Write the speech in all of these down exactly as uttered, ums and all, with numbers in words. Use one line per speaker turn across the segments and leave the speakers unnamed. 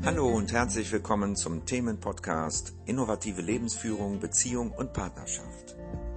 Hallo und herzlich willkommen zum Themenpodcast Innovative Lebensführung, Beziehung und Partnerschaft.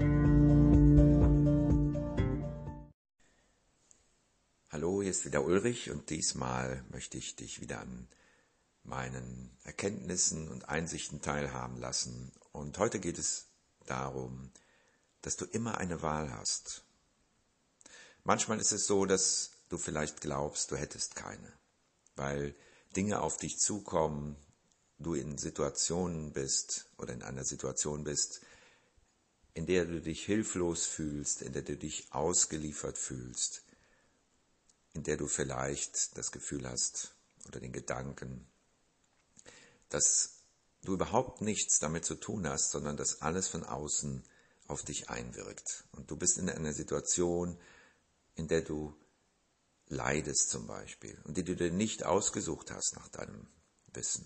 Hallo, hier ist wieder Ulrich und diesmal möchte ich dich wieder an meinen Erkenntnissen und Einsichten teilhaben lassen. Und heute geht es darum, dass du immer eine Wahl hast. Manchmal ist es so, dass du vielleicht glaubst, du hättest keine, weil Dinge auf dich zukommen, du in Situationen bist oder in einer Situation bist, in der du dich hilflos fühlst, in der du dich ausgeliefert fühlst, in der du vielleicht das Gefühl hast oder den Gedanken, dass du überhaupt nichts damit zu tun hast, sondern dass alles von außen auf dich einwirkt. Und du bist in einer Situation, in der du leidest zum Beispiel und die du dir nicht ausgesucht hast nach deinem Wissen.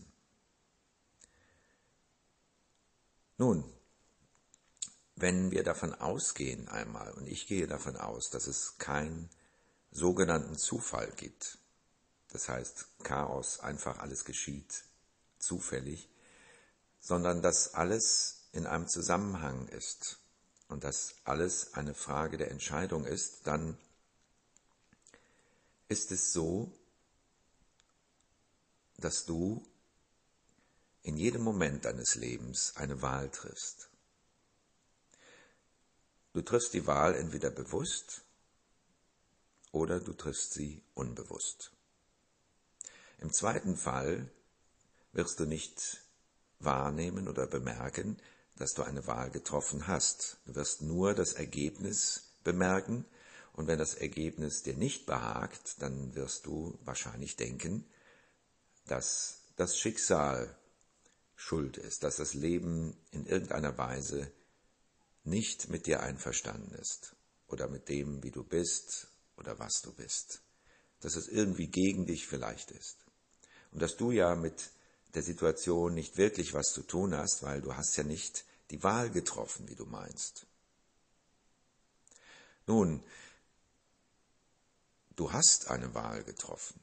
Nun, wenn wir davon ausgehen einmal, und ich gehe davon aus, dass es keinen sogenannten Zufall gibt, das heißt Chaos, einfach alles geschieht zufällig, sondern dass alles in einem Zusammenhang ist und dass alles eine Frage der Entscheidung ist, dann ist es so, dass du in jedem Moment deines Lebens eine Wahl triffst. Du triffst die Wahl entweder bewusst oder du triffst sie unbewusst. Im zweiten Fall wirst du nicht wahrnehmen oder bemerken, dass du eine Wahl getroffen hast. Du wirst nur das Ergebnis bemerken. Und wenn das Ergebnis dir nicht behagt, dann wirst du wahrscheinlich denken, dass das Schicksal schuld ist, dass das Leben in irgendeiner Weise nicht mit dir einverstanden ist oder mit dem, wie du bist oder was du bist, dass es irgendwie gegen dich vielleicht ist und dass du ja mit der Situation nicht wirklich was zu tun hast, weil du hast ja nicht die Wahl getroffen, wie du meinst. Nun, du hast eine Wahl getroffen,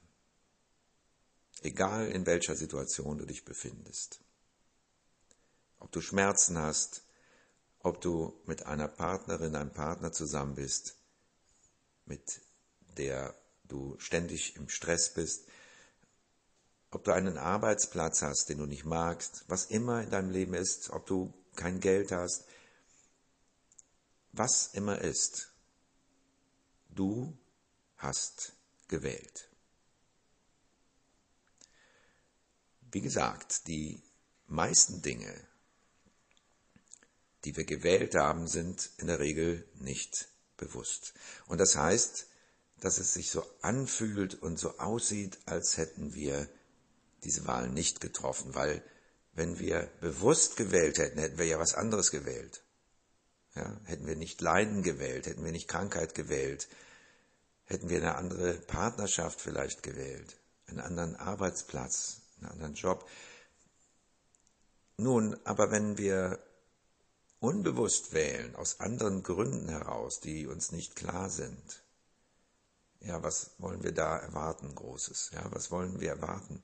egal in welcher Situation du dich befindest. Ob du Schmerzen hast, ob du mit einer Partnerin, einem Partner zusammen bist, mit der du ständig im Stress bist, ob du einen Arbeitsplatz hast, den du nicht magst, was immer in deinem Leben ist, ob du kein Geld hast, was immer ist, du hast gewählt. Wie gesagt, die meisten Dinge, die wir gewählt haben, sind in der Regel nicht bewusst. Und das heißt, dass es sich so anfühlt und so aussieht, als hätten wir diese Wahl nicht getroffen, weil wenn wir bewusst gewählt hätten, hätten wir ja was anderes gewählt. Ja, hätten wir nicht Leiden gewählt, hätten wir nicht Krankheit gewählt, hätten wir eine andere Partnerschaft vielleicht gewählt, einen anderen Arbeitsplatz, einen anderen Job. Nun, aber wenn wir unbewusst wählen, aus anderen Gründen heraus, die uns nicht klar sind, ja, was wollen wir da erwarten, Großes? Ja, was wollen wir erwarten?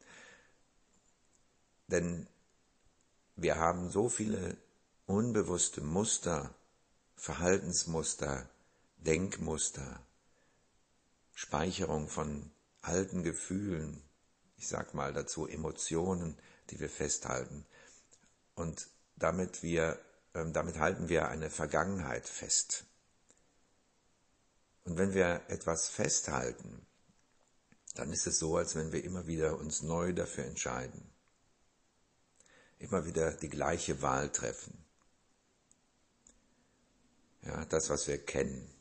Denn wir haben so viele unbewusste Muster, Verhaltensmuster, Denkmuster, Speicherung von alten Gefühlen, ich sag mal dazu Emotionen, die wir festhalten. Und damit, wir, äh, damit halten wir eine Vergangenheit fest. Und wenn wir etwas festhalten, dann ist es so, als wenn wir immer wieder uns neu dafür entscheiden. Immer wieder die gleiche Wahl treffen. Ja, das, was wir kennen.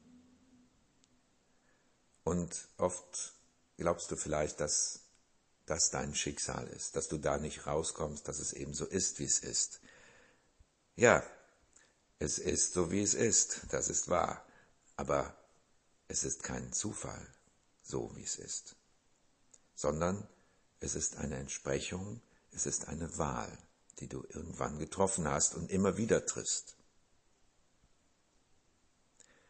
Und oft glaubst du vielleicht, dass das dein Schicksal ist, dass du da nicht rauskommst, dass es eben so ist, wie es ist. Ja, es ist so, wie es ist, das ist wahr, aber es ist kein Zufall, so wie es ist, sondern es ist eine Entsprechung, es ist eine Wahl, die du irgendwann getroffen hast und immer wieder triffst.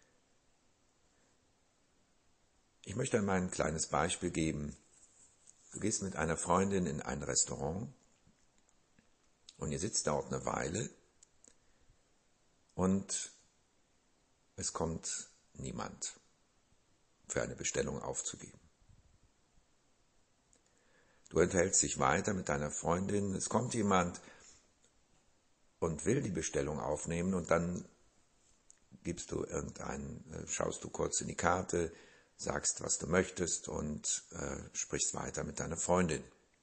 Ich möchte einmal ein kleines Beispiel geben, Du gehst mit einer Freundin in ein Restaurant und ihr sitzt dort eine Weile und es kommt niemand für eine Bestellung aufzugeben. Du unterhältst dich weiter mit deiner Freundin, es kommt jemand und will die Bestellung aufnehmen und dann gibst du irgendeinen, schaust du kurz in die Karte, sagst, was du möchtest und äh, sprichst weiter mit deiner Freundin.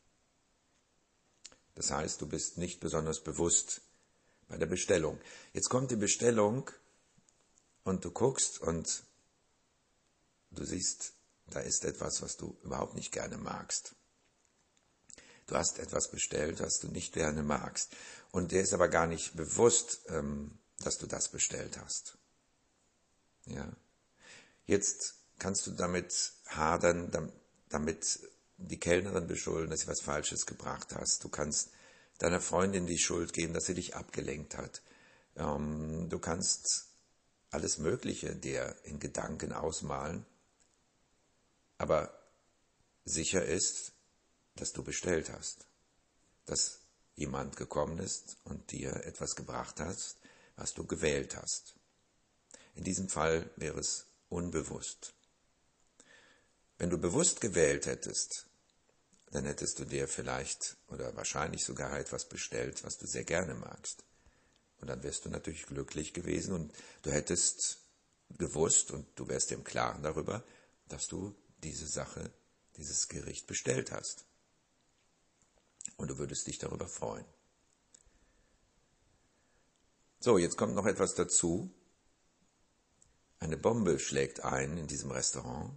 Das heißt, du bist nicht besonders bewusst bei der Bestellung. Jetzt kommt die Bestellung und du guckst und du siehst, da ist etwas, was du überhaupt nicht gerne magst. Du hast etwas bestellt, was du nicht gerne magst. Und dir ist aber gar nicht bewusst, ähm, dass du das bestellt hast. Ja. Jetzt kannst du damit hadern, damit die Kellnerin beschuldigen, dass sie was Falsches gebracht hast. Du kannst deiner Freundin die Schuld geben, dass sie dich abgelenkt hat. Ähm, du kannst alles Mögliche dir in Gedanken ausmalen. Aber sicher ist, dass du bestellt hast. Dass jemand gekommen ist und dir etwas gebracht hat, was du gewählt hast. In diesem Fall wäre es unbewusst. Wenn du bewusst gewählt hättest, dann hättest du dir vielleicht oder wahrscheinlich sogar etwas bestellt, was du sehr gerne magst. Und dann wärst du natürlich glücklich gewesen und du hättest gewusst und du wärst dir im Klaren darüber, dass du diese Sache, dieses Gericht bestellt hast. Und du würdest dich darüber freuen. So, jetzt kommt noch etwas dazu. Eine Bombe schlägt ein in diesem Restaurant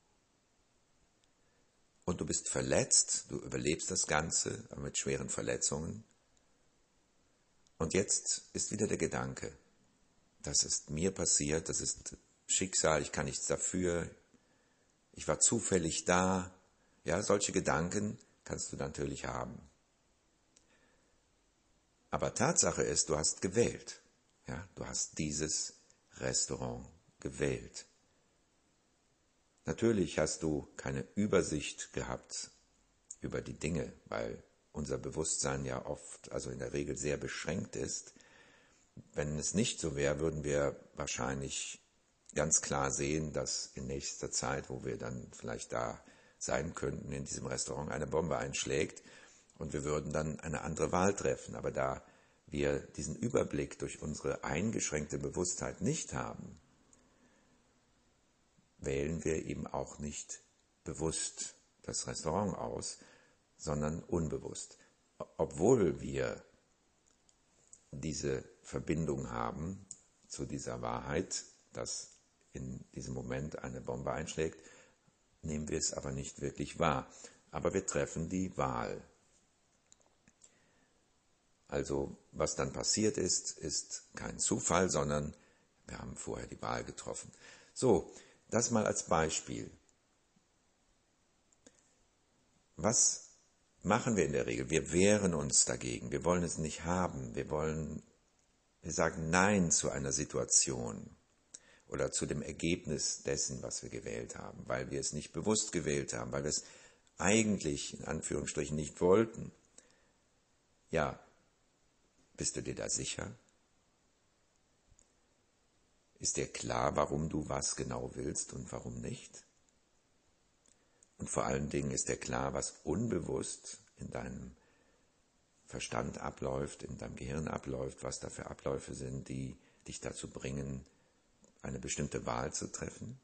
und du bist verletzt, du überlebst das Ganze, aber mit schweren Verletzungen. Und jetzt ist wieder der Gedanke, das ist mir passiert, das ist Schicksal, ich kann nichts dafür, ich war zufällig da. Ja, solche Gedanken kannst du natürlich haben. Aber Tatsache ist, du hast gewählt. Ja, du hast dieses Restaurant gewählt. Natürlich hast du keine Übersicht gehabt über die Dinge, weil unser Bewusstsein ja oft, also in der Regel sehr beschränkt ist. Wenn es nicht so wäre, würden wir wahrscheinlich ganz klar sehen, dass in nächster Zeit, wo wir dann vielleicht da sein könnten, in diesem Restaurant eine Bombe einschlägt und wir würden dann eine andere Wahl treffen. Aber da wir diesen Überblick durch unsere eingeschränkte Bewusstheit nicht haben, wählen wir eben auch nicht bewusst das Restaurant aus, sondern unbewusst. Obwohl wir diese Verbindung haben zu dieser Wahrheit, dass in diesem Moment eine Bombe einschlägt, nehmen wir es aber nicht wirklich wahr. Aber wir treffen die Wahl. Also was dann passiert ist, ist kein Zufall, sondern wir haben vorher die Wahl getroffen. So, das mal als Beispiel. Was machen wir in der Regel? Wir wehren uns dagegen. Wir wollen es nicht haben. Wir wollen, wir sagen Nein zu einer Situation oder zu dem Ergebnis dessen, was wir gewählt haben, weil wir es nicht bewusst gewählt haben, weil wir es eigentlich in Anführungsstrichen nicht wollten. Ja, bist du dir da sicher? Ist dir klar, warum du was genau willst und warum nicht? Und vor allen Dingen ist dir klar, was unbewusst in deinem Verstand abläuft, in deinem Gehirn abläuft, was da für Abläufe sind, die dich dazu bringen, eine bestimmte Wahl zu treffen?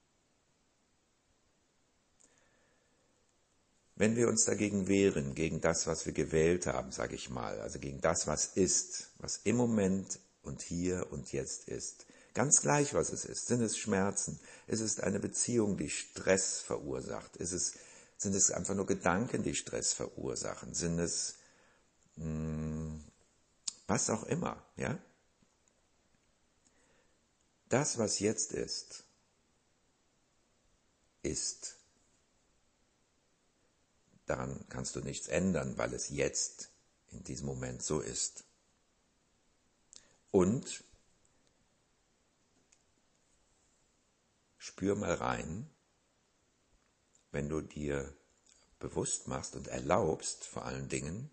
Wenn wir uns dagegen wehren, gegen das, was wir gewählt haben, sage ich mal, also gegen das, was ist, was im Moment und hier und jetzt ist, ganz gleich, was es ist, sind es Schmerzen, ist es eine Beziehung, die Stress verursacht, ist es, sind es einfach nur Gedanken, die Stress verursachen, sind es mh, was auch immer, ja? Das, was jetzt ist, ist. Daran kannst du nichts ändern, weil es jetzt in diesem Moment so ist. Und spür mal rein, wenn du dir bewusst machst und erlaubst, vor allen Dingen,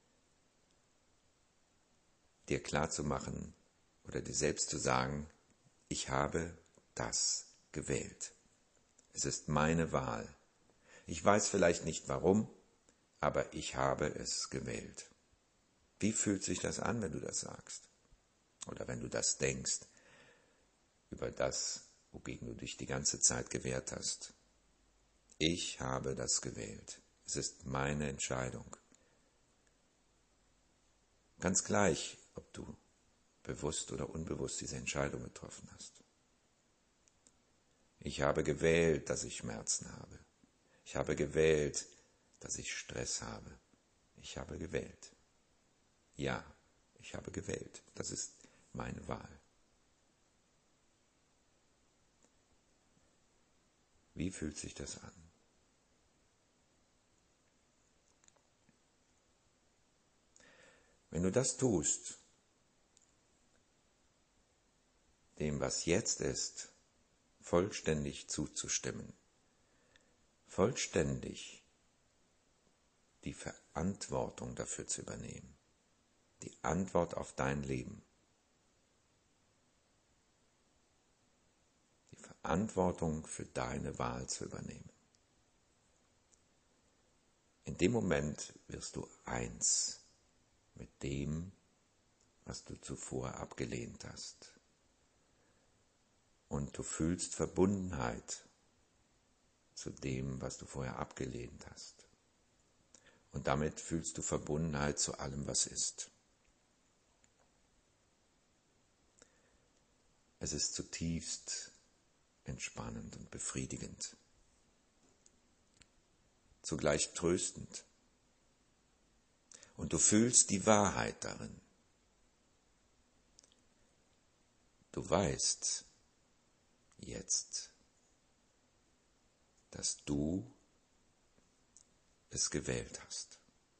dir klarzumachen oder dir selbst zu sagen, ich habe das gewählt. Es ist meine Wahl. Ich weiß vielleicht nicht warum, aber ich habe es gewählt. Wie fühlt sich das an, wenn du das sagst? Oder wenn du das denkst, über das, wogegen du dich die ganze Zeit gewehrt hast? Ich habe das gewählt. Es ist meine Entscheidung. Ganz gleich, ob du bewusst oder unbewusst diese Entscheidung getroffen hast. Ich habe gewählt, dass ich Schmerzen habe. Ich habe gewählt, dass ich Stress habe. Ich habe gewählt. Ja, ich habe gewählt. Das ist meine Wahl. Wie fühlt sich das an? Wenn du das tust, dem, was jetzt ist, vollständig zuzustimmen, vollständig die Verantwortung dafür zu übernehmen, die Antwort auf dein Leben, die Verantwortung für deine Wahl zu übernehmen. In dem Moment wirst du eins mit dem, was du zuvor abgelehnt hast. Und du fühlst Verbundenheit zu dem, was du vorher abgelehnt hast. Und damit fühlst du Verbundenheit zu allem, was ist. Es ist zutiefst entspannend und befriedigend, zugleich tröstend. Und du fühlst die Wahrheit darin. Du weißt jetzt, dass du es gewählt hast.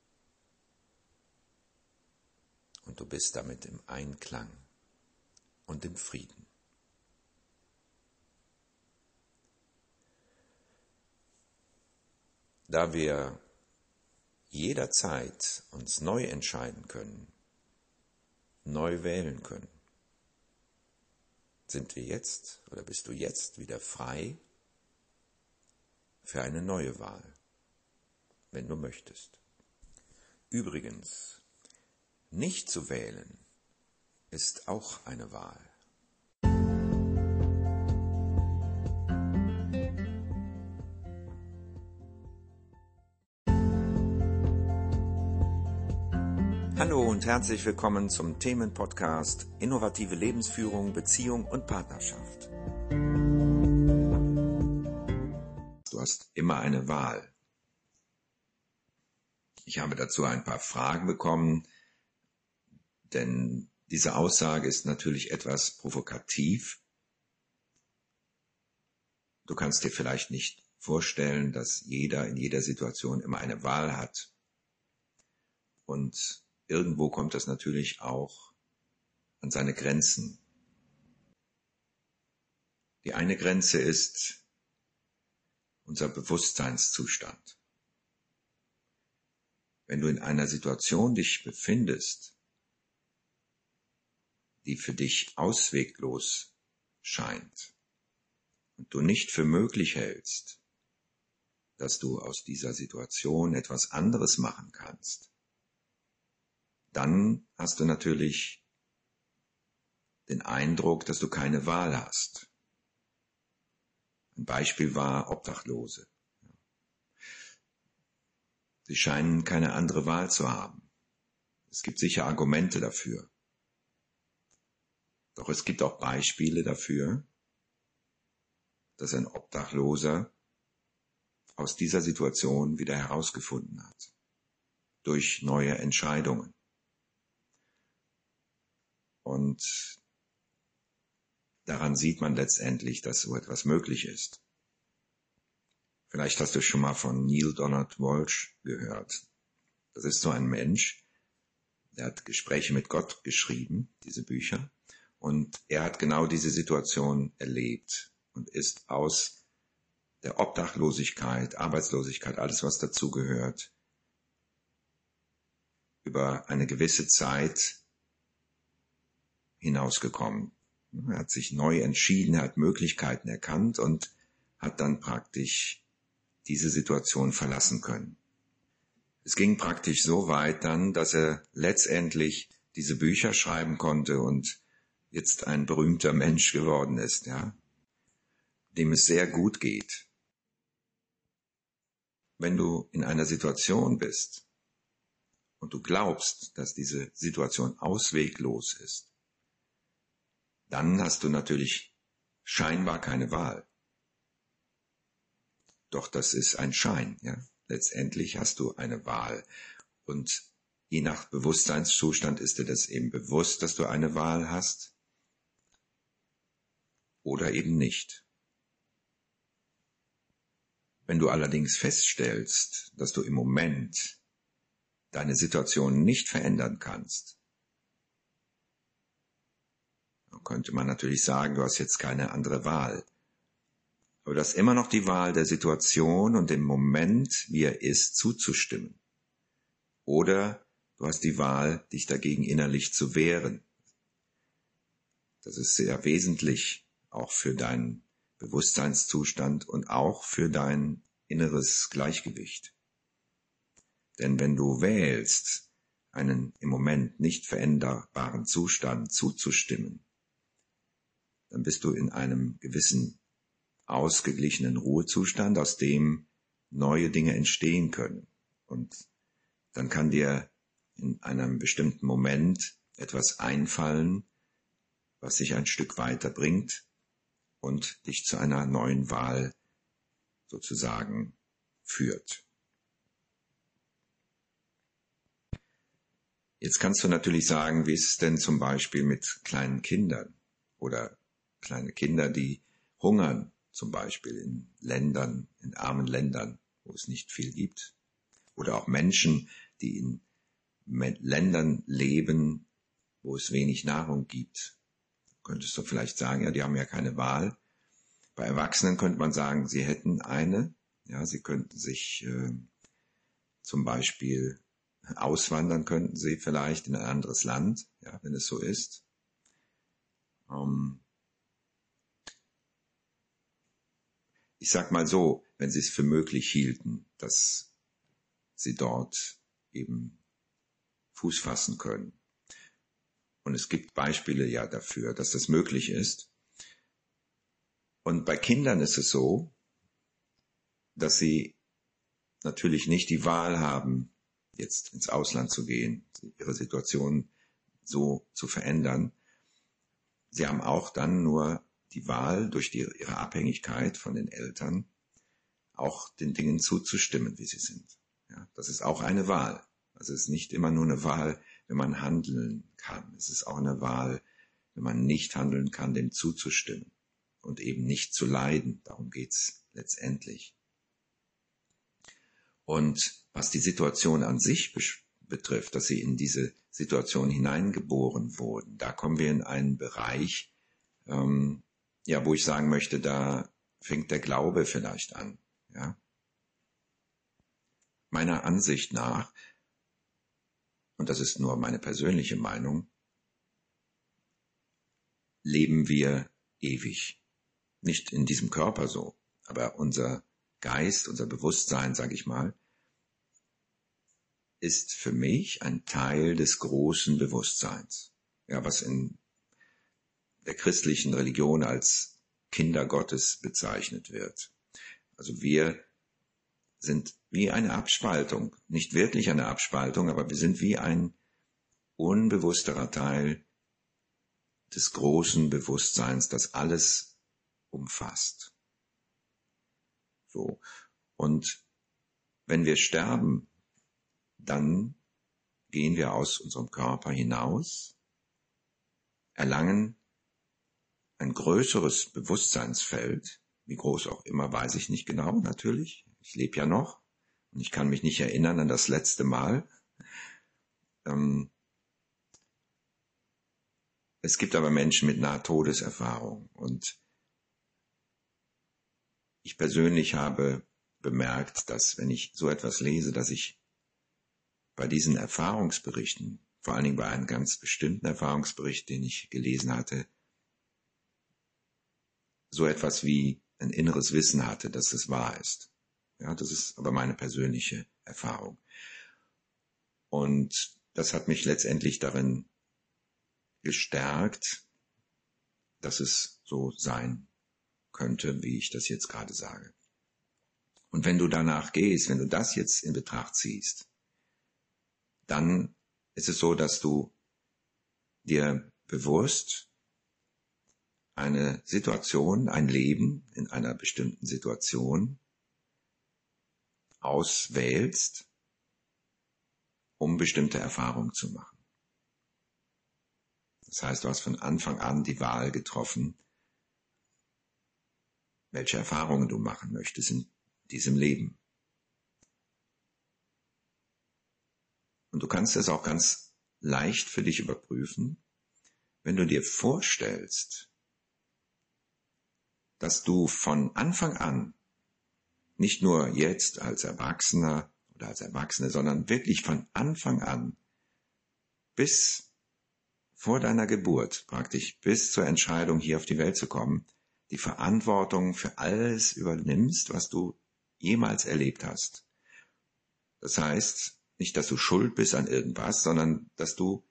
Und du bist damit im Einklang und im Frieden. Da wir jederzeit uns neu entscheiden können, neu wählen können, sind wir jetzt oder bist du jetzt wieder frei für eine neue Wahl, wenn du möchtest. Übrigens, nicht zu wählen ist auch eine Wahl. Hallo und herzlich willkommen zum Themenpodcast Innovative Lebensführung, Beziehung und Partnerschaft. Du hast immer eine Wahl. Ich habe dazu ein paar Fragen bekommen, denn diese Aussage ist natürlich etwas provokativ. Du kannst dir vielleicht nicht vorstellen, dass jeder in jeder Situation immer eine Wahl hat. Und irgendwo kommt das natürlich auch an seine Grenzen. Die eine Grenze ist unser Bewusstseinszustand. Wenn du in einer Situation dich befindest, die für dich ausweglos scheint und du nicht für möglich hältst, dass du aus dieser Situation etwas anderes machen kannst, dann hast du natürlich den Eindruck, dass du keine Wahl hast. Ein Beispiel war Obdachlose. Sie scheinen keine andere Wahl zu haben. Es gibt sicher Argumente dafür. Doch es gibt auch Beispiele dafür, dass ein Obdachloser aus dieser Situation wieder herausgefunden hat. Durch neue Entscheidungen. Und daran sieht man letztendlich, dass so etwas möglich ist. Vielleicht hast du schon mal von Neale Donald Walsch gehört. Das ist so ein Mensch, der hat Gespräche mit Gott geschrieben, diese Bücher. Und er hat genau diese Situation erlebt und ist aus der Obdachlosigkeit, Arbeitslosigkeit, alles was dazugehört, über eine gewisse Zeit hinausgekommen. Er hat sich neu entschieden, er hat Möglichkeiten erkannt und hat dann praktisch diese Situation verlassen können. Es ging praktisch so weit dann, dass er letztendlich diese Bücher schreiben konnte und jetzt ein berühmter Mensch geworden ist, ja, dem es sehr gut geht. Wenn du in einer Situation bist und du glaubst, dass diese Situation ausweglos ist, dann hast du natürlich scheinbar keine Wahl. Doch das ist ein Schein, ja. Letztendlich hast du eine Wahl. Und je nach Bewusstseinszustand ist dir das eben bewusst, dass du eine Wahl hast oder eben nicht. Wenn du allerdings feststellst, dass du im Moment deine Situation nicht verändern kannst, dann könnte man natürlich sagen, du hast jetzt keine andere Wahl. Aber du hast immer noch die Wahl der Situation und dem Moment, wie er ist, zuzustimmen. Oder du hast die Wahl, dich dagegen innerlich zu wehren. Das ist sehr wesentlich, auch für deinen Bewusstseinszustand und auch für dein inneres Gleichgewicht. Denn wenn du wählst, einen im Moment nicht veränderbaren Zustand zuzustimmen, dann bist du in einem gewissen ausgeglichenen Ruhezustand, aus dem neue Dinge entstehen können. Und dann kann dir in einem bestimmten Moment etwas einfallen, was dich ein Stück weiterbringt und dich zu einer neuen Wahl sozusagen führt. Jetzt kannst du natürlich sagen, wie ist es denn zum Beispiel mit kleinen Kindern oder kleine Kinder, die hungern, zum Beispiel in Ländern, in armen Ländern, wo es nicht viel gibt. Oder auch Menschen, die in Ländern leben, wo es wenig Nahrung gibt. Könntest du vielleicht sagen, ja, die haben ja keine Wahl. Bei Erwachsenen könnte man sagen, sie hätten eine. Ja, sie könnten sich äh, zum Beispiel auswandern, könnten sie vielleicht in ein anderes Land, ja, wenn es so ist. Ähm, Ich sag mal so, wenn sie es für möglich hielten, dass sie dort eben Fuß fassen können. Und es gibt Beispiele ja dafür, dass das möglich ist. Und bei Kindern ist es so, dass sie natürlich nicht die Wahl haben, jetzt ins Ausland zu gehen, ihre Situation so zu verändern. Sie haben auch dann nur die Wahl, durch die, ihre Abhängigkeit von den Eltern, auch den Dingen zuzustimmen, wie sie sind. Ja, das ist auch eine Wahl. Also es ist nicht immer nur eine Wahl, wenn man handeln kann. Es ist auch eine Wahl, wenn man nicht handeln kann, dem zuzustimmen und eben nicht zu leiden. Darum geht's letztendlich. Und was die Situation an sich betrifft, dass sie in diese Situation hineingeboren wurden, da kommen wir in einen Bereich, ähm, ja, wo ich sagen möchte, da fängt der Glaube vielleicht an, ja. Meiner Ansicht nach, und das ist nur meine persönliche Meinung, leben wir ewig. Nicht in diesem Körper so, aber unser Geist, unser Bewusstsein, sage ich mal, ist für mich ein Teil des großen Bewusstseins, ja, was in der christlichen Religion als Kinder Gottes bezeichnet wird. Also wir sind wie eine Abspaltung, nicht wirklich eine Abspaltung, aber wir sind wie ein unbewussterer Teil des großen Bewusstseins, das alles umfasst. So. Und wenn wir sterben, dann gehen wir aus unserem Körper hinaus, erlangen ein größeres Bewusstseinsfeld, wie groß auch immer, weiß ich nicht genau, natürlich. Ich lebe ja noch und ich kann mich nicht erinnern an das letzte Mal. Ähm, es gibt aber Menschen mit Nahtodeserfahrung und ich persönlich habe bemerkt, dass wenn ich so etwas lese, dass ich bei diesen Erfahrungsberichten, vor allen Dingen bei einem ganz bestimmten Erfahrungsbericht, den ich gelesen hatte, so etwas wie ein inneres Wissen hatte, dass es wahr ist. Ja, das ist aber meine persönliche Erfahrung. Und das hat mich letztendlich darin gestärkt, dass es so sein könnte, wie ich das jetzt gerade sage. Und wenn du danach gehst, wenn du das jetzt in Betracht ziehst, dann ist es so, dass du dir bewusst eine Situation, ein Leben in einer bestimmten Situation auswählst, um bestimmte Erfahrungen zu machen. Das heißt, du hast von Anfang an die Wahl getroffen, welche Erfahrungen du machen möchtest in diesem Leben. Und du kannst es auch ganz leicht für dich überprüfen, wenn du dir vorstellst, dass du von Anfang an, nicht nur jetzt als Erwachsener oder als Erwachsene, sondern wirklich von Anfang an bis vor deiner Geburt, praktisch bis zur Entscheidung, hier auf die Welt zu kommen, die Verantwortung für alles übernimmst, was du jemals erlebt hast. Das heißt, nicht, dass du schuld bist an irgendwas, sondern dass du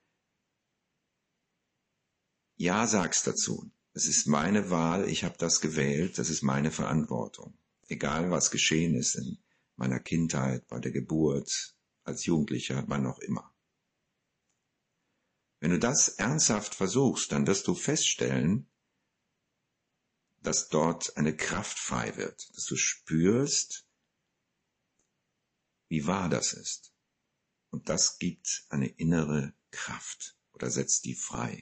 Ja sagst dazu. Es ist meine Wahl, ich habe das gewählt, das ist meine Verantwortung. Egal, was geschehen ist in meiner Kindheit, bei der Geburt, als Jugendlicher, wann auch immer. Wenn du das ernsthaft versuchst, dann wirst du feststellen, dass dort eine Kraft frei wird, dass du spürst, wie wahr das ist. Und das gibt eine innere Kraft oder setzt die frei.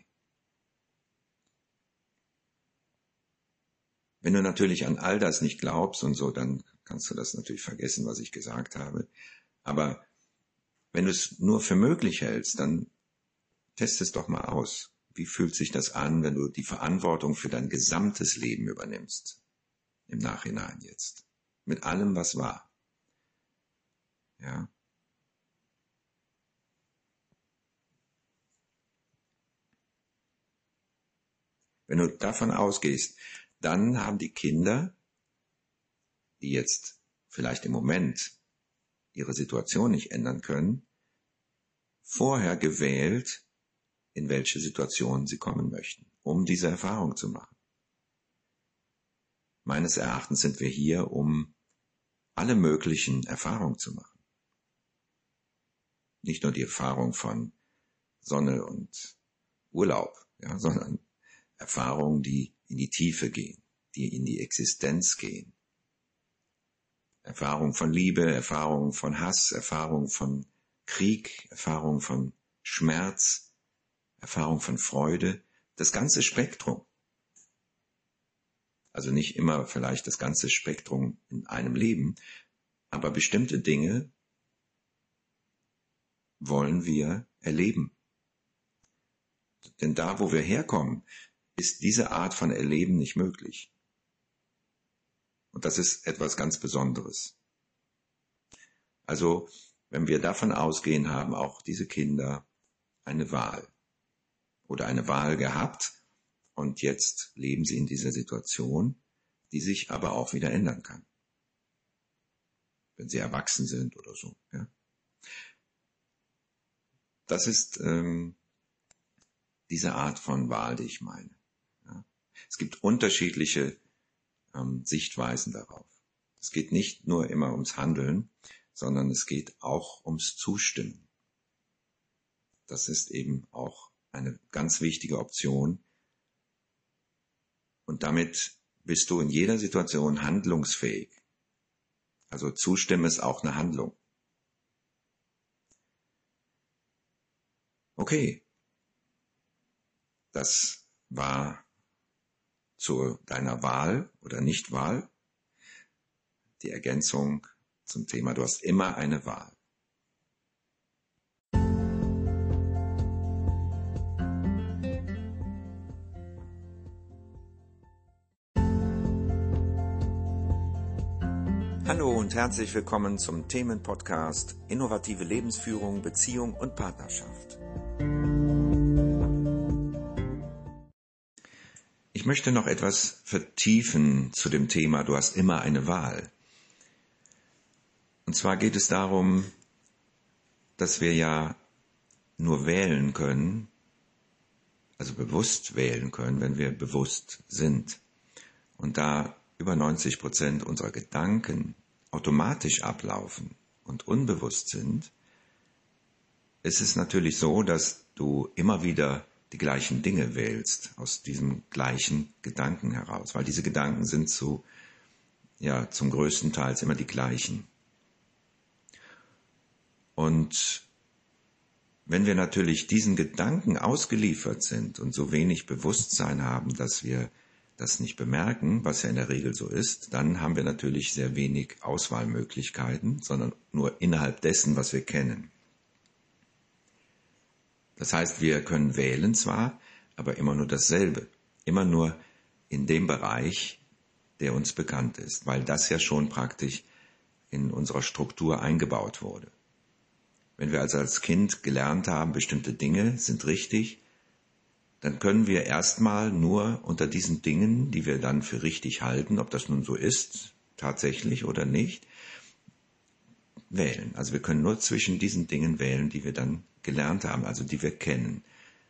Wenn du natürlich an all das nicht glaubst und so, dann kannst du das natürlich vergessen, was ich gesagt habe. Aber wenn du es nur für möglich hältst, dann test es doch mal aus. Wie fühlt sich das an, wenn du die Verantwortung für dein gesamtes Leben übernimmst? Im Nachhinein jetzt. Mit allem, was war. Ja. Wenn du davon ausgehst, dann haben die Kinder, die jetzt vielleicht im Moment ihre Situation nicht ändern können, vorher gewählt, in welche Situation sie kommen möchten, um diese Erfahrung zu machen. Meines Erachtens sind wir hier, um alle möglichen Erfahrungen zu machen. Nicht nur die Erfahrung von Sonne und Urlaub, ja, sondern Erfahrungen, die in die Tiefe gehen, die in die Existenz gehen. Erfahrung von Liebe, Erfahrung von Hass, Erfahrung von Krieg, Erfahrung von Schmerz, Erfahrung von Freude, das ganze Spektrum. Also nicht immer vielleicht das ganze Spektrum in einem Leben, aber bestimmte Dinge wollen wir erleben. Denn da, wo wir herkommen, ist diese Art von Erleben nicht möglich. Und das ist etwas ganz Besonderes. Also, wenn wir davon ausgehen, haben auch diese Kinder eine Wahl oder eine Wahl gehabt und jetzt leben sie in dieser Situation, die sich aber auch wieder ändern kann, wenn sie erwachsen sind oder so. Ja. Das ist ähm, diese Art von Wahl, die ich meine. Ja. Es gibt unterschiedliche ähm, Sichtweisen darauf. Es geht nicht nur immer ums Handeln, sondern es geht auch ums Zustimmen. Das ist eben auch eine ganz wichtige Option. Und damit bist du in jeder Situation handlungsfähig. Also Zustimmen ist auch eine Handlung. Okay, das war zu deiner Wahl oder Nichtwahl die Ergänzung zum Thema, du hast immer eine Wahl. Hallo und herzlich willkommen zum Themenpodcast Innovative Lebensführung, Beziehung und Partnerschaft. Ich möchte noch etwas vertiefen zu dem Thema Du hast immer eine Wahl. Und zwar geht es darum, dass wir ja nur wählen können, also bewusst wählen können, wenn wir bewusst sind. Und da über neunzig Prozent unserer Gedanken automatisch ablaufen und unbewusst sind, ist es natürlich so, dass du immer wieder die gleichen Dinge wählst, aus diesem gleichen Gedanken heraus, weil diese Gedanken sind zu, ja, zum größten Teil immer die gleichen. Und wenn wir natürlich diesen Gedanken ausgeliefert sind und so wenig Bewusstsein haben, dass wir das nicht bemerken, was ja in der Regel so ist, dann haben wir natürlich sehr wenig Auswahlmöglichkeiten, sondern nur innerhalb dessen, was wir kennen. Das heißt, wir können wählen zwar, aber immer nur dasselbe, immer nur in dem Bereich, der uns bekannt ist, weil das ja schon praktisch in unserer Struktur eingebaut wurde. Wenn wir also als Kind gelernt haben, bestimmte Dinge sind richtig, dann können wir erstmal nur unter diesen Dingen, die wir dann für richtig halten, ob das nun so ist, tatsächlich oder nicht, wählen. Also wir können nur zwischen diesen Dingen wählen, die wir dann gelernt haben, also die wir kennen.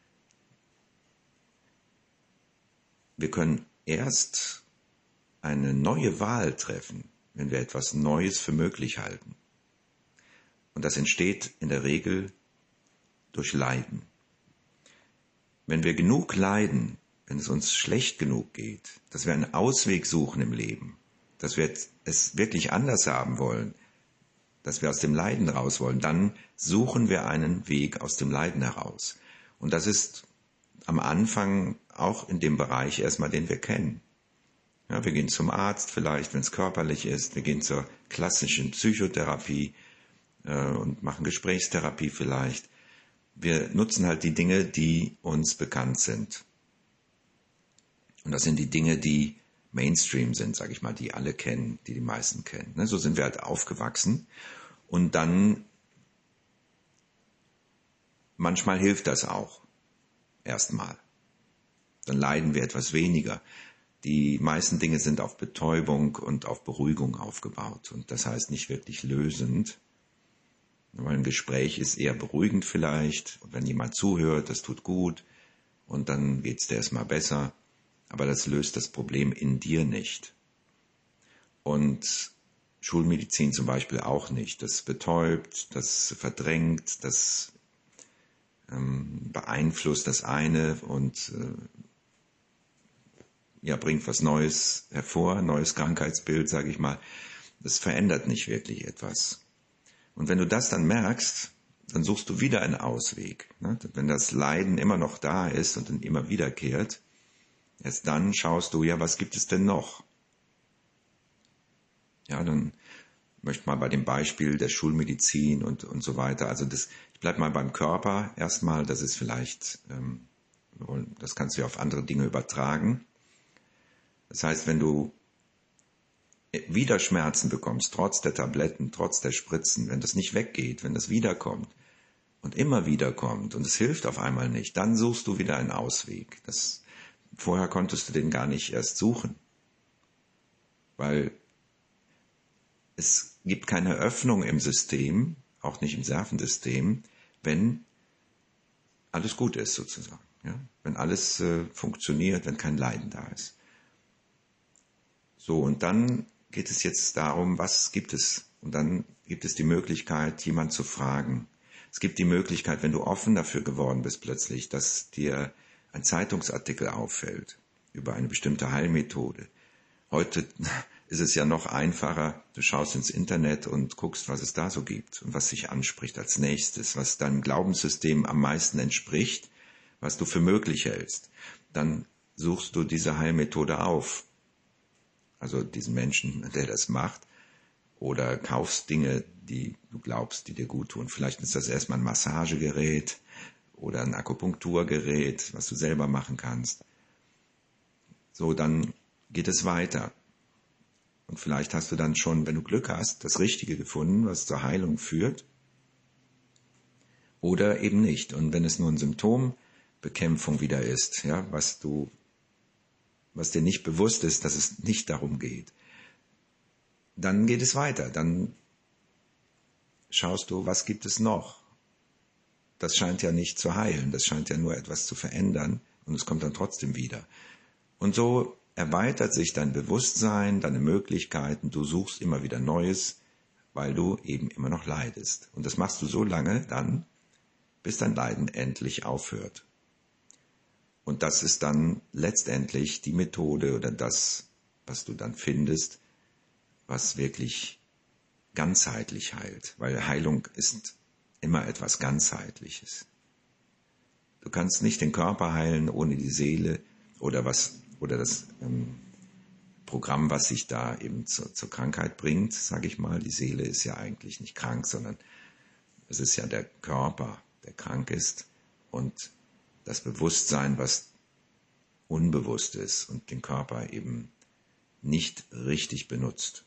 Wir können erst eine neue Wahl treffen, wenn wir etwas Neues für möglich halten. Und das entsteht in der Regel durch Leiden. Wenn wir genug leiden, wenn es uns schlecht genug geht, dass wir einen Ausweg suchen im Leben, dass wir es wirklich anders haben wollen, dass wir aus dem Leiden raus wollen, dann suchen wir einen Weg aus dem Leiden heraus. Und das ist am Anfang auch in dem Bereich erstmal, den wir kennen. Ja, wir gehen zum Arzt vielleicht, wenn es körperlich ist, wir gehen zur klassischen Psychotherapie äh, und machen Gesprächstherapie vielleicht. Wir nutzen halt die Dinge, die uns bekannt sind. Und das sind die Dinge, die Mainstream sind, sage ich mal, die alle kennen, die die meisten kennen. So sind wir halt aufgewachsen. Und dann, manchmal hilft das auch. Erstmal. Dann leiden wir etwas weniger. Die meisten Dinge sind auf Betäubung und auf Beruhigung aufgebaut. Und das heißt nicht wirklich lösend. Weil ein Gespräch ist eher beruhigend vielleicht, und wenn jemand zuhört, das tut gut, und dann geht's dir erstmal besser, aber das löst das Problem in dir nicht. Und Schulmedizin zum Beispiel auch nicht. Das betäubt, das verdrängt, das ähm, beeinflusst das eine und äh, ja, bringt was Neues hervor, neues Krankheitsbild, sage ich mal. Das verändert nicht wirklich etwas. Und wenn du das dann merkst, dann suchst du wieder einen Ausweg. Ne? Wenn das Leiden immer noch da ist und dann immer wiederkehrt, erst dann schaust du, ja, was gibt es denn noch? Ja, dann möchte ich mal bei dem Beispiel der Schulmedizin und, und so weiter, also das, ich bleib mal beim Körper erstmal, das ist vielleicht, ähm, das kannst du ja auf andere Dinge übertragen. Das heißt, wenn du wieder Schmerzen bekommst, trotz der Tabletten, trotz der Spritzen, wenn das nicht weggeht, wenn das wiederkommt und immer wieder kommt und es hilft auf einmal nicht, dann suchst du wieder einen Ausweg. Das, vorher konntest du den gar nicht erst suchen, weil es gibt keine Öffnung im System, auch nicht im Nervensystem, wenn alles gut ist sozusagen, ja? Wenn alles äh, funktioniert, wenn kein Leiden da ist. So, und dann geht es jetzt darum, was gibt es? Und dann gibt es die Möglichkeit, jemand zu fragen. Es gibt die Möglichkeit, wenn du offen dafür geworden bist plötzlich, dass dir ein Zeitungsartikel auffällt über eine bestimmte Heilmethode. Heute ist es ja noch einfacher, du schaust ins Internet und guckst, was es da so gibt und was sich anspricht als nächstes, was deinem Glaubenssystem am meisten entspricht, was du für möglich hältst. Dann suchst du diese Heilmethode auf. Also diesen Menschen, der das macht, oder kaufst Dinge, die du glaubst, die dir gut tun. Vielleicht ist das erstmal ein Massagegerät oder ein Akupunkturgerät, was du selber machen kannst. So, dann geht es weiter. Und vielleicht hast du dann schon, wenn du Glück hast, das Richtige gefunden, was zur Heilung führt. Oder eben nicht. Und wenn es nur eine Symptombekämpfung wieder ist, ja, was du, was dir nicht bewusst ist, dass es nicht darum geht, dann geht es weiter. Dann schaust du, was gibt es noch? Das scheint ja nicht zu heilen, das scheint ja nur etwas zu verändern und es kommt dann trotzdem wieder. Und so erweitert sich dein Bewusstsein, deine Möglichkeiten, du suchst immer wieder Neues, weil du eben immer noch leidest. Und das machst du so lange dann, bis dein Leiden endlich aufhört. Und das ist dann letztendlich die Methode oder das, was du dann findest, was wirklich ganzheitlich heilt. Weil Heilung ist immer etwas Ganzheitliches. Du kannst nicht den Körper heilen ohne die Seele oder was oder das ähm, Programm, was sich da eben zu, zur Krankheit bringt, sage ich mal. Die Seele ist ja eigentlich nicht krank, sondern es ist ja der Körper, der krank ist und das Bewusstsein, was unbewusst ist und den Körper eben nicht richtig benutzt.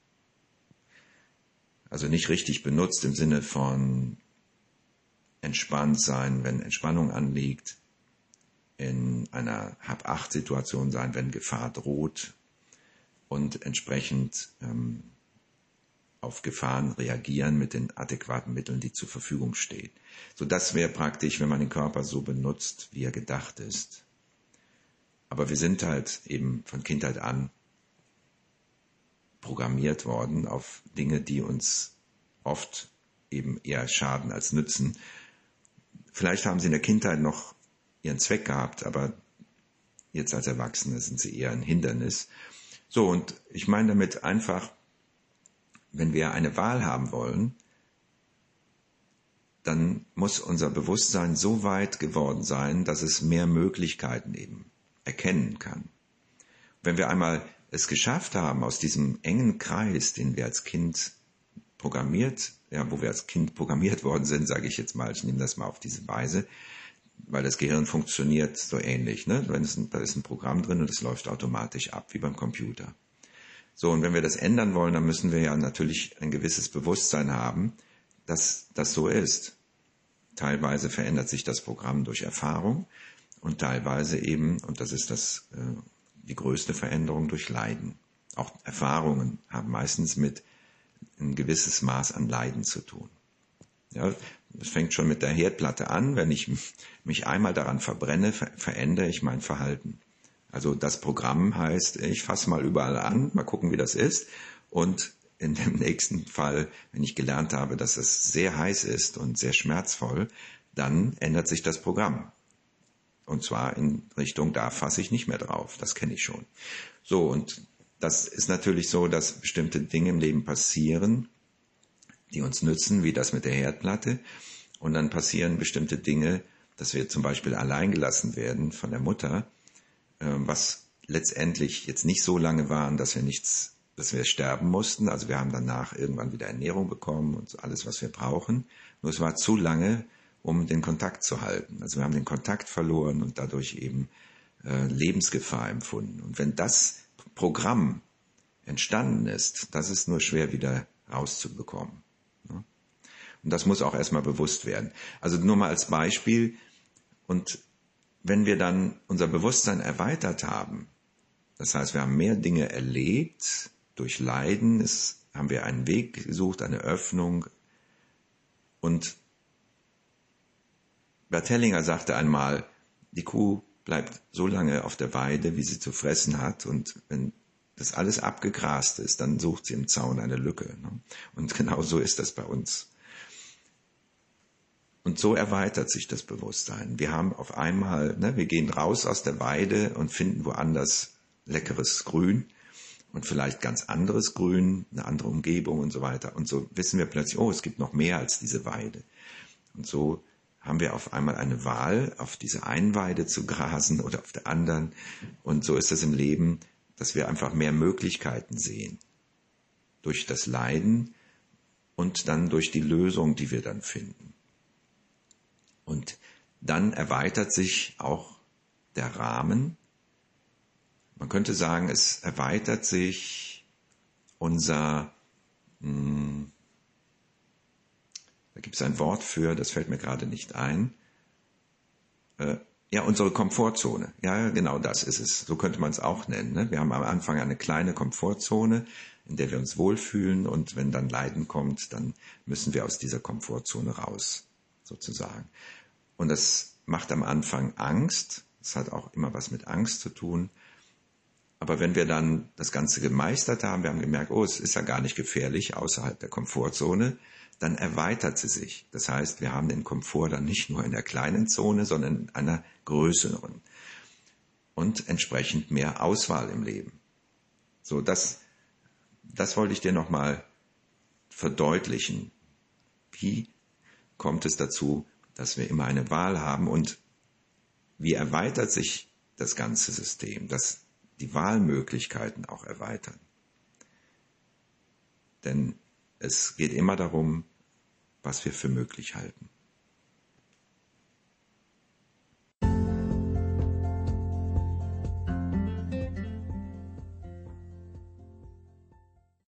Also nicht richtig benutzt im Sinne von entspannt sein, wenn Entspannung anliegt, in einer Hab-Acht-Situation sein, wenn Gefahr droht und entsprechend ähm, auf Gefahren reagieren mit den adäquaten Mitteln, die zur Verfügung stehen. So, das wäre praktisch, wenn man den Körper so benutzt, wie er gedacht ist. Aber wir sind halt eben von Kindheit an programmiert worden auf Dinge, die uns oft eben eher schaden als nützen. Vielleicht haben sie in der Kindheit noch ihren Zweck gehabt, aber jetzt als Erwachsene sind sie eher ein Hindernis. So, und ich meine damit einfach, wenn wir eine Wahl haben wollen, dann muss unser Bewusstsein so weit geworden sein, dass es mehr Möglichkeiten eben erkennen kann. Wenn wir einmal es geschafft haben, aus diesem engen Kreis, den wir als Kind programmiert, ja, wo wir als Kind programmiert worden sind, sage ich jetzt mal, ich nehme das mal auf diese Weise, weil das Gehirn funktioniert so ähnlich, ne? Wenn es ein, da ist ein Programm drin und es läuft automatisch ab, wie beim Computer. So, und wenn wir das ändern wollen, dann müssen wir ja natürlich ein gewisses Bewusstsein haben, dass das so ist. Teilweise verändert sich das Programm durch Erfahrung und teilweise eben, und das ist das, äh, die größte Veränderung, durch Leiden. Auch Erfahrungen haben meistens mit ein gewisses Maß an Leiden zu tun. Ja, das fängt schon mit der Herdplatte an. Wenn ich mich einmal daran verbrenne, ver- verändere ich mein Verhalten. Also das Programm heißt, ich fasse mal überall an, mal gucken, wie das ist. Und in dem nächsten Fall, wenn ich gelernt habe, dass es sehr heiß ist und sehr schmerzvoll, dann ändert sich das Programm. Und zwar in Richtung, da fasse ich nicht mehr drauf. Das kenne ich schon. So, und das ist natürlich so, dass bestimmte Dinge im Leben passieren, die uns nützen, wie das mit der Herdplatte. Und dann passieren bestimmte Dinge, dass wir zum Beispiel allein gelassen werden von der Mutter, was letztendlich jetzt nicht so lange waren, dass wir nichts, dass wir sterben mussten. Also wir haben danach irgendwann wieder Ernährung bekommen und alles, was wir brauchen. Nur es war zu lange, um den Kontakt zu halten. Also wir haben den Kontakt verloren und dadurch eben äh, Lebensgefahr empfunden. Und wenn das Programm entstanden ist, das ist nur schwer wieder rauszubekommen. Ja? Und das muss auch erstmal bewusst werden. Also nur mal als Beispiel. Und wenn wir dann unser Bewusstsein erweitert haben, das heißt, wir haben mehr Dinge erlebt, durch Leiden es, haben wir einen Weg gesucht, eine Öffnung. Und Bert Hellinger sagte einmal, die Kuh bleibt so lange auf der Weide, wie sie zu fressen hat. Und wenn das alles abgegrast ist, dann sucht sie im Zaun eine Lücke. Und genau so ist das bei uns. Und so erweitert sich das Bewusstsein. Wir haben auf einmal, ne, wir gehen raus aus der Weide und finden woanders leckeres Grün und vielleicht ganz anderes Grün, eine andere Umgebung und so weiter. Und so wissen wir plötzlich, oh, es gibt noch mehr als diese Weide. Und so haben wir auf einmal eine Wahl, auf diese einen Weide zu grasen oder auf der anderen. Und so ist es im Leben, dass wir einfach mehr Möglichkeiten sehen. Durch das Leiden und dann durch die Lösung, die wir dann finden. Und dann erweitert sich auch der Rahmen. Man könnte sagen, es erweitert sich unser, mh, da gibt es ein Wort für, das fällt mir gerade nicht ein, äh, ja, unsere Komfortzone. Ja, genau das ist es. So könnte man es auch nennen. Ne? Wir haben am Anfang eine kleine Komfortzone, in der wir uns wohlfühlen, und wenn dann Leiden kommt, dann müssen wir aus dieser Komfortzone raus, sozusagen. Und das macht am Anfang Angst. Das hat auch immer was mit Angst zu tun. Aber wenn wir dann das Ganze gemeistert haben, wir haben gemerkt, oh, es ist ja gar nicht gefährlich außerhalb der Komfortzone, dann erweitert sie sich. Das heißt, wir haben den Komfort dann nicht nur in der kleinen Zone, sondern in einer größeren. Und entsprechend mehr Auswahl im Leben. So, das, das wollte ich dir nochmal verdeutlichen. Wie kommt es dazu, dass wir immer eine Wahl haben, und wie erweitert sich das ganze System, dass die Wahlmöglichkeiten auch erweitern. Denn es geht immer darum, was wir für möglich halten.